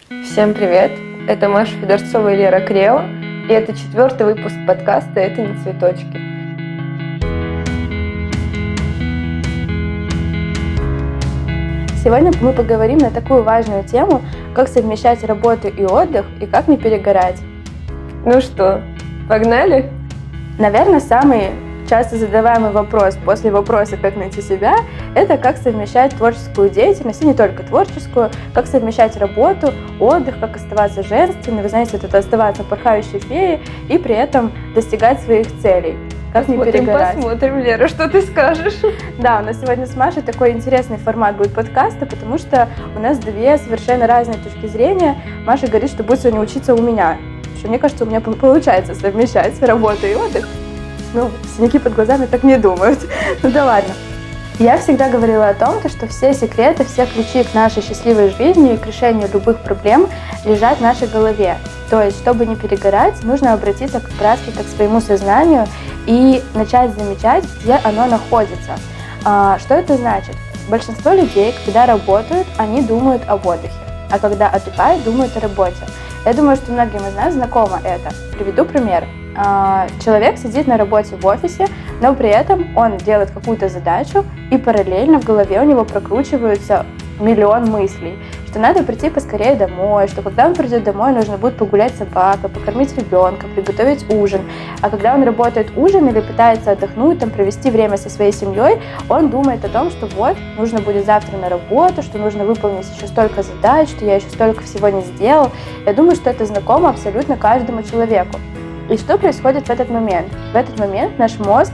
Всем привет! Это Маша Федорцова и Лера Крео, и это 4-й выпуск подкаста «Это не цветочки». Сегодня мы поговорим на такую важную тему, как совмещать работу и отдых, и как не перегорать. Ну что, погнали? Наверное, самый часто задаваемый вопрос после вопроса «Как найти себя» — это как совмещать творческую деятельность, и не только творческую, как совмещать работу, отдых, как оставаться женственной, вы знаете, это оставаться порхающей феей и при этом достигать своих целей. Как не перегорать. Посмотрим, Лера, что ты скажешь. Да, у нас сегодня с Машей такой интересный формат будет подкаста, потому что у нас две совершенно разные точки зрения. Маша говорит, что будет сегодня учиться у меня. Что, мне кажется, у меня получается совмещать работу и отдых. Ну, синяки под глазами так не думают. Ну да ладно. Я всегда говорила о том, что все секреты, все ключи к нашей счастливой жизни и к решению любых проблем лежат в нашей голове. То есть, чтобы не перегорать, нужно обратиться как раз-таки к своему сознанию и начать замечать, где оно находится. Что это значит? Большинство людей, когда работают, они думают об отдыхе, а когда отдыхают, думают о работе. Я думаю, что многим из нас знакомо это. Приведу пример. Человек сидит на работе в офисе, но при этом он делает какую-то задачу, и параллельно в голове у него прокручиваются миллион мыслей, что надо прийти поскорее домой, что когда он придет домой, нужно будет погулять с собакой, покормить ребенка, приготовить ужин. А когда он работает ужин или пытается отдохнуть, провести время со своей семьей, он думает о том, что вот, нужно будет завтра на работу, что нужно выполнить еще столько задач, что я еще столько всего не сделал. Я думаю, что это знакомо абсолютно каждому человеку. И что происходит в этот момент? В этот момент наш мозг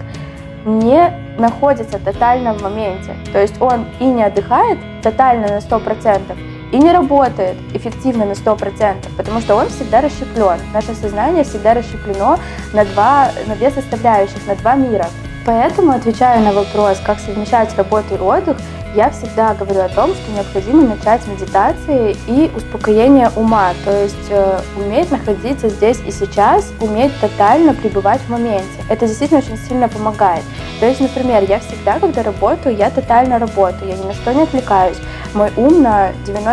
не находится тотально в моменте. То есть он и не отдыхает тотально на 100%, и не работает эффективно на 100%, потому что он всегда расщеплен. Наше сознание всегда расщеплено на две составляющих, на два мира. Поэтому, отвечая на вопрос, как совмещать работу и отдых, я всегда говорю о том, что необходимо начать медитации и успокоение ума, то есть уметь находиться здесь и сейчас, уметь тотально пребывать в моменте. Это действительно очень сильно помогает. То есть, например, я всегда, когда работаю, я тотально работаю, я ни на что не отвлекаюсь. Мой ум на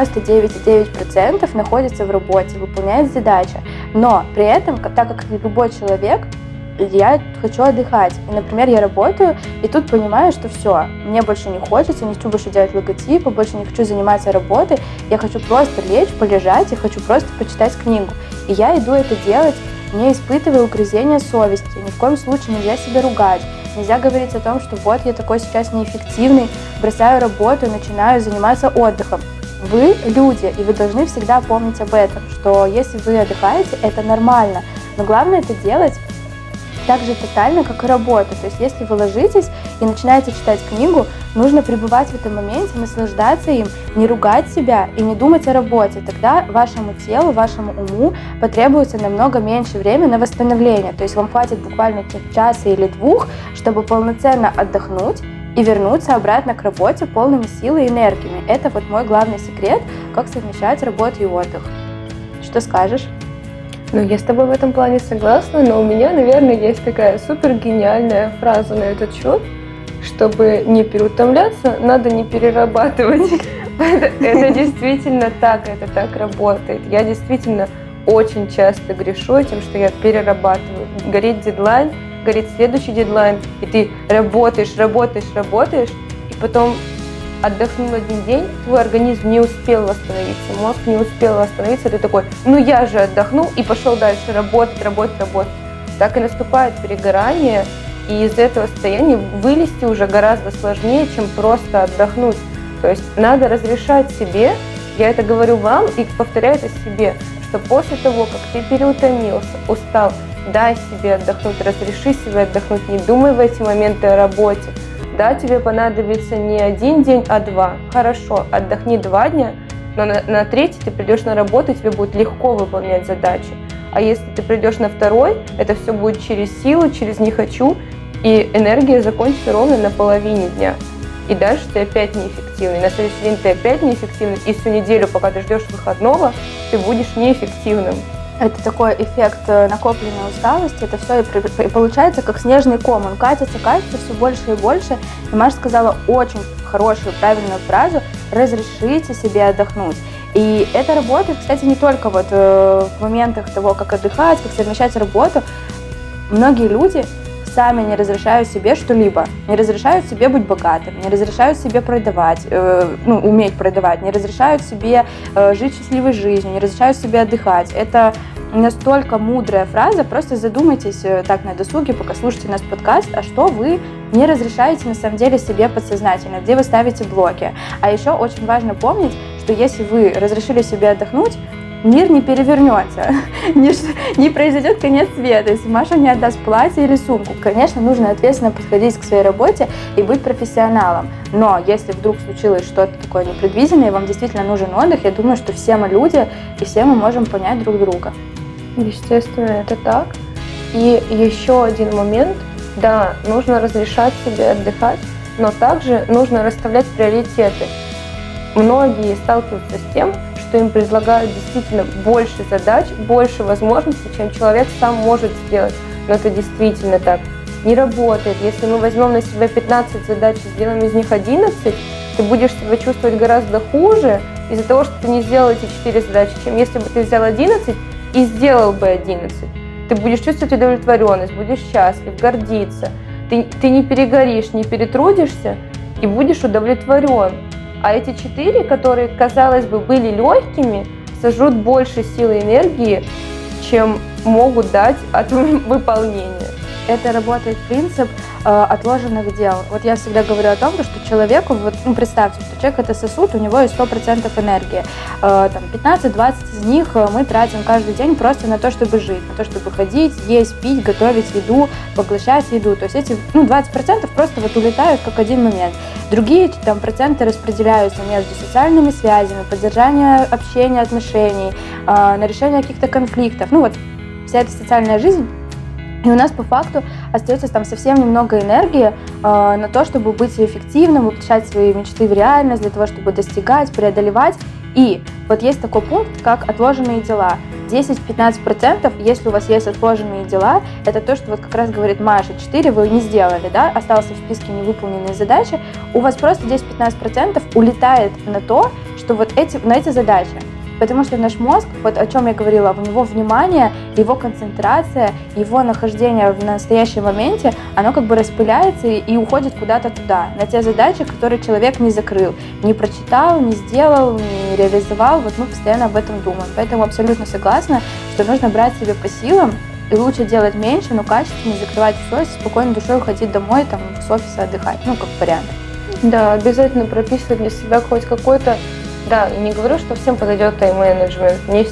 99,9% находится в работе, выполняет задачи. Но при этом, так как любой человек, я хочу отдыхать. И, например, я работаю, и тут понимаю, что все, мне больше не хочется, не хочу больше делать логотипы, больше не хочу заниматься работой, я хочу просто лечь, полежать, я хочу просто почитать книгу. И я иду это делать, не испытывая угрызения совести, ни в коем случае нельзя себя ругать, нельзя говорить о том, что вот я такой сейчас неэффективный, бросаю работу и начинаю заниматься отдыхом. Вы люди, и вы должны всегда помнить об этом, что если вы отдыхаете, это нормально, но главное это делать так же тотально, как и работа. То есть, если вы ложитесь и начинаете читать книгу, нужно пребывать в этом моменте, наслаждаться им, не ругать себя и не думать о работе. Тогда вашему телу, вашему уму потребуется намного меньше времени на восстановление. То есть, вам хватит буквально часа или двух, чтобы полноценно отдохнуть и вернуться обратно к работе полными силой и энергиями. Это вот мой главный секрет, как совмещать работу и отдых. Что скажешь? Ну, я с тобой в этом плане согласна, но у меня, наверное, есть такая супер гениальная фраза на этот счет. Чтобы не переутомляться, надо не перерабатывать. Это действительно так, это так работает. Я действительно очень часто грешу этим, что я перерабатываю. Горит дедлайн, горит следующий дедлайн, и ты работаешь, и потом отдохнул один день, твой организм не успел восстановиться, мозг не успел восстановиться, ты такой, ну я же отдохнул и пошел дальше работать. Так и наступает перегорание, и из этого состояния вылезти уже гораздо сложнее, чем просто отдохнуть. То есть надо разрешать себе, я это говорю вам и повторяю это себе, что после того, как ты переутомился, устал, дай себе отдохнуть, разреши себе отдохнуть, не думай в эти моменты о работе. Да, тебе понадобится не один день, а 2. Хорошо, отдохни 2 дня, но на третий ты придешь на работу, и тебе будет легко выполнять задачи. А если ты придешь на второй, это все будет через силу, через не хочу, и энергия закончится ровно на половине дня. И дальше ты опять неэффективный. На следующий день ты опять неэффективный, и всю неделю, пока ты ждешь выходного, ты будешь неэффективным. Это такой эффект накопленной усталости, это все и получается как снежный ком, он катится все больше и больше. И Маша сказала очень хорошую, правильную фразу: разрешите себе отдохнуть. И И это работает, кстати, не только вот в моментах того, как отдыхать, как совмещать работу. Многие люди сами не разрешают себе что-либо, не разрешают себе быть богатым, не разрешают себе продавать, уметь продавать, не разрешают себе жить счастливой жизнью, не разрешают себе отдыхать. Это настолько мудрая фраза, просто задумайтесь так на досуге, пока слушаете наш подкаст, а что вы не разрешаете на самом деле себе подсознательно, где вы ставите блоки. А еще очень важно помнить, что если вы разрешили себе отдохнуть, мир не перевернется, не произойдет конец света, если Маша не отдаст платье или сумку. Конечно, нужно ответственно подходить к своей работе и быть профессионалом. Но если вдруг случилось что-то такое непредвиденное, и вам действительно нужен отдых, я думаю, что все мы люди, и все мы можем понять друг друга. Естественно, это так. И еще один момент. Да, нужно разрешать себе отдыхать, но также нужно расставлять приоритеты. Многие сталкиваются с тем, что им предлагают действительно больше задач, больше возможностей, чем человек сам может сделать. Но это действительно так. Не работает. Если мы возьмем на себя 15 задач и сделаем из них 11, ты будешь себя чувствовать гораздо хуже из-за того, что ты не сделал эти 4 задачи, чем если бы ты взял 11 и сделал бы 11. Ты будешь чувствовать удовлетворенность, будешь счастлив, гордиться. Ты не перегоришь, не перетрудишься и будешь удовлетворен. А эти 4, которые, казалось бы, были легкими, сожрут больше сил и энергии, чем могут дать от выполнения. Это работает принцип отложенных дел. Вот я всегда говорю о том, что человеку, представьте, что человек это сосуд, у него есть 100% энергии. 15-20 из них мы тратим каждый день просто на то, чтобы жить, на то, чтобы ходить, есть, пить, готовить еду, поглощать еду. То есть эти 20% просто улетают как один момент. Другие проценты распределяются между социальными связями, поддержанием общения, отношений, на решение каких-то конфликтов. Вся эта социальная жизнь. И у нас по факту остается совсем немного энергии на то, чтобы быть эффективным, воплощать свои мечты в реальность, для того, чтобы достигать, преодолевать. И вот есть такой пункт, как отложенные дела. 10-15%, если у вас есть отложенные дела, это то, что как раз говорит Маша, 4 вы не сделали, да, остался в списке невыполненные задачи, у вас просто 10-15% улетает на то, что на эти задачи. Потому что наш мозг, о чем я говорила, у него внимание, его концентрация, его нахождение в настоящем моменте, оно распыляется и уходит куда-то туда, на те задачи, которые человек не закрыл, не прочитал, не сделал, не реализовал. Мы постоянно об этом думаем. Поэтому абсолютно согласна, что нужно брать себе по силам и лучше делать меньше, но качественно, закрывать все, с спокойной душой уходить домой, с офиса отдыхать, как вариант. Да, обязательно прописывать для себя хоть какой-то. Да, и не говорю, что всем подойдет тайм-менеджмент. Не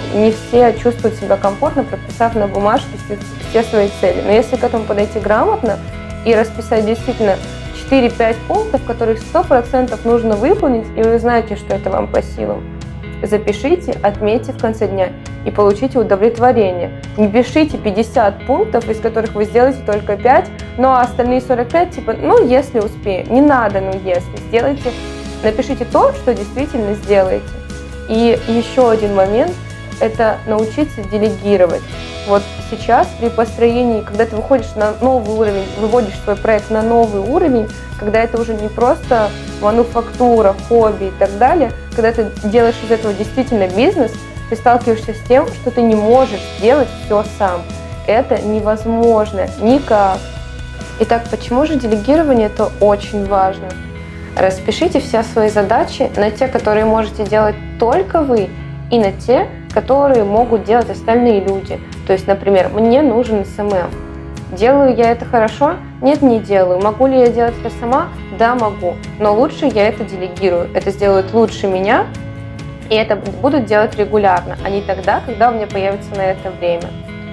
все чувствуют себя комфортно, прописав на бумажке все свои цели. Но если к этому подойти грамотно и расписать действительно 4-5 пунктов, которых 100% нужно выполнить, и вы знаете, что это вам по силам, запишите, отметьте в конце дня и получите удовлетворение. Не пишите 50 пунктов, из которых вы сделаете только 5, а остальные 45, если успею. Не надо, если. Сделайте. Напишите то, что действительно сделаете. И еще один момент – это научиться делегировать. Сейчас при построении, когда ты выходишь на новый уровень, выводишь свой проект на новый уровень, когда это уже не просто мануфактура, хобби и так далее, когда ты делаешь из этого действительно бизнес, ты сталкиваешься с тем, что ты не можешь делать все сам. Это невозможно никак. Итак, почему же делегирование – это очень важно? Распишите все свои задачи на те, которые можете делать только вы, и на те, которые могут делать остальные люди. То есть, например, мне нужен СММ. Делаю я это хорошо? Нет, не делаю. Могу ли я делать это сама? Да, могу. Но лучше я это делегирую. Это сделают лучше меня, и это будут делать регулярно, а не тогда, когда у меня появится на это время.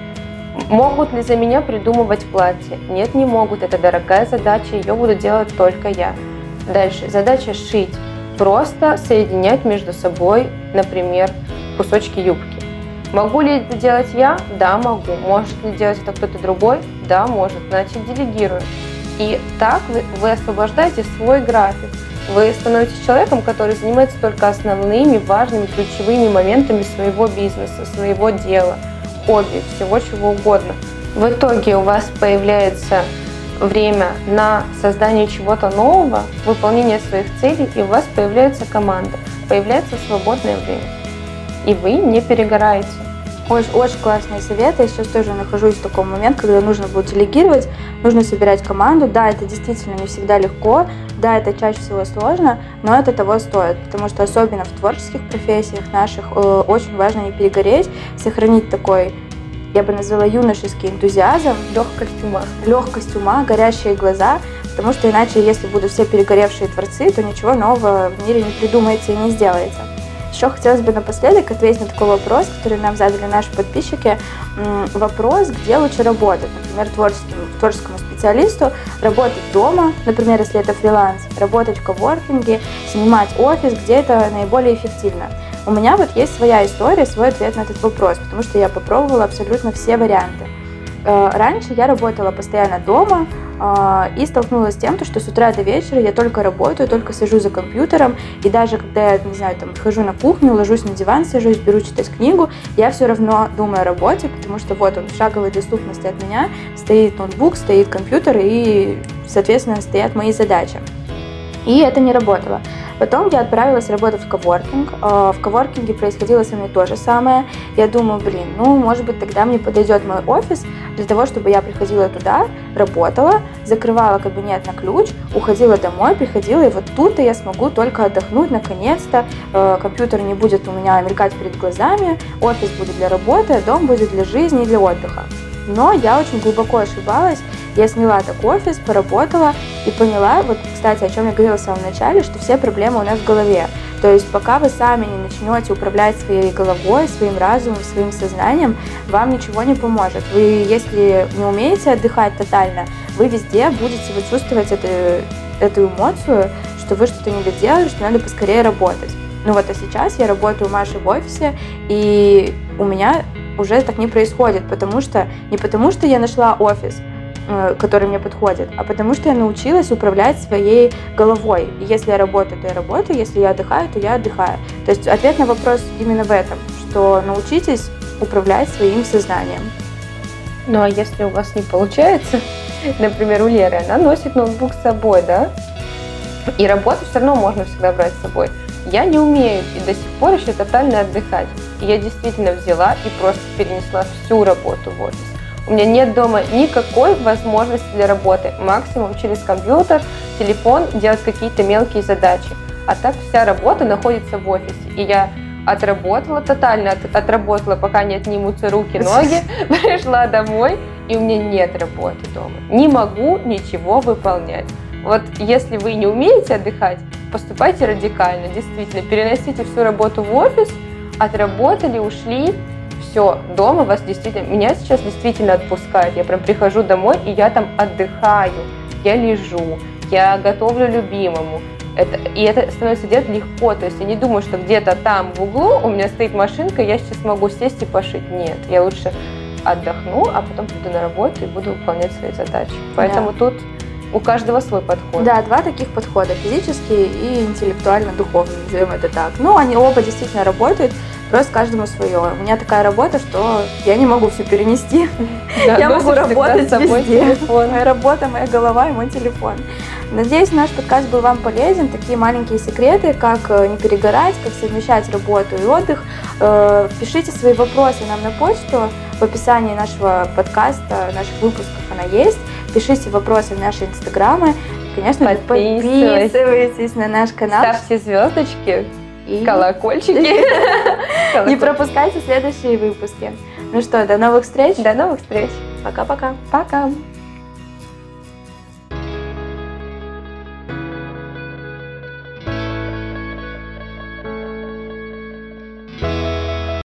Могут ли за меня придумывать платье? Нет, не могут. Это дорогая задача, ее буду делать только я. Дальше. Задача шить. Просто соединять между собой, например, кусочки юбки. Могу ли это делать я? Да, могу. Может ли делать это кто-то другой? Да, может. Значит, делегирую. И так вы освобождаете свой график. Вы становитесь человеком, который занимается только основными, важными, ключевыми моментами своего бизнеса, своего дела, хобби, всего чего угодно. В итоге у вас появляется время на создание чего-то нового, выполнение своих целей, и у вас появляется команда. появляется свободное время. И вы не перегораете. Очень классные советы. Я сейчас тоже нахожусь в таком моменте, когда нужно будет делегировать, нужно собирать команду. Да, это действительно не всегда легко, да, это чаще всего сложно, но это того стоит, потому что особенно в творческих профессиях наших очень важно не перегореть, сохранить такой, я бы назвала, юношеский энтузиазм, легкость ума, горящие глаза, потому что иначе, если будут все перегоревшие творцы, то ничего нового в мире не придумается и не сделается. Еще хотелось бы напоследок ответить на такой вопрос, который нам задали наши подписчики. Вопрос, где лучше работать. Например, творческому специалисту работать дома, например, если это фриланс, работать в коворкинге, снимать офис, где это наиболее эффективно. У меня вот есть своя история, свой ответ на этот вопрос, потому что я попробовала абсолютно все варианты. Раньше я работала постоянно дома и столкнулась с тем, что с утра до вечера я только работаю, только сижу за компьютером, и даже когда я, не знаю, там, хожу на кухню, ложусь на диван, сажусь, беру читать книгу, я все равно думаю о работе, потому что вот он в шаговой доступности от меня, стоит ноутбук, стоит компьютер, и, соответственно, стоят мои задачи. И это не работало. Потом я отправилась работать в коворкинг. В коворкинге происходило со мной то же самое. Я думаю, может быть, тогда мне подойдет мой офис для того, чтобы я приходила туда, работала, закрывала кабинет на ключ, уходила домой, приходила, и вот тут-то я смогу только отдохнуть, наконец-то. Компьютер не будет у меня мелькать перед глазами, офис будет для работы, дом будет для жизни и для отдыха. Но я очень глубоко ошибалась. Я сняла так офис, поработала и поняла, вот, кстати, о чем я говорила в самом начале, что все проблемы у нас в голове. То есть пока вы сами не начнете управлять своей головой, своим разумом, своим сознанием, вам ничего не поможет. Вы, если не умеете отдыхать тотально, вы везде будете вот чувствовать эту эмоцию, что вы что-то не доделали, что надо поскорее работать. А сейчас я работаю у Маши в офисе, и у меня уже так не происходит, не потому что я нашла офис, который мне подходит, а потому что я научилась управлять своей головой. И если я работаю, то я работаю, если я отдыхаю, то я отдыхаю. То есть ответ на вопрос именно в этом, что научитесь управлять своим сознанием. Ну а если у вас не получается, например, у Леры, она носит ноутбук с собой, да? И работу все равно можно всегда брать с собой. Я не умею и до сих пор еще тотально отдыхать. И я действительно взяла и просто перенесла всю работу в офис. У меня нет дома никакой возможности для работы. Максимум через компьютер, телефон делать какие-то мелкие задачи. А так вся работа находится в офисе. И я отработала, тотально отработала, пока не отнимутся руки, ноги, пришла домой, и у меня нет работы дома. Не могу ничего выполнять. Вот если вы не умеете отдыхать, поступайте радикально, действительно, переносите всю работу в офис, отработали, ушли, все, дома вас действительно, меня сейчас действительно отпускает, я прям прихожу домой, и я там отдыхаю, я лежу, я готовлю любимому, и это становится делать легко, то есть я не думаю, что где-то там в углу у меня стоит машинка, я сейчас могу сесть и пошить, нет, я лучше отдохну, а потом приду на работу и буду выполнять свои задачи, поэтому тут у каждого свой подход. Да, два таких подхода, физический и интеллектуально-духовный, назовем это так. Они оба действительно работают, просто каждому свое. У меня такая работа, что я не могу все перенести. Да, я могу работать везде. Моя работа, моя голова и мой телефон. Надеюсь, наш подкаст был вам полезен. Такие маленькие секреты, как не перегорать, как совмещать работу и отдых. Пишите свои вопросы нам на почту. В описании нашего подкаста, наших выпусков она есть. Пишите вопросы в наши инстаграмы. Конечно, подписывайтесь на наш канал. Ставьте звездочки и колокольчики. Не пропускайте следующие выпуски. Ну что, до новых встреч. До новых встреч. Пока-пока. Пока.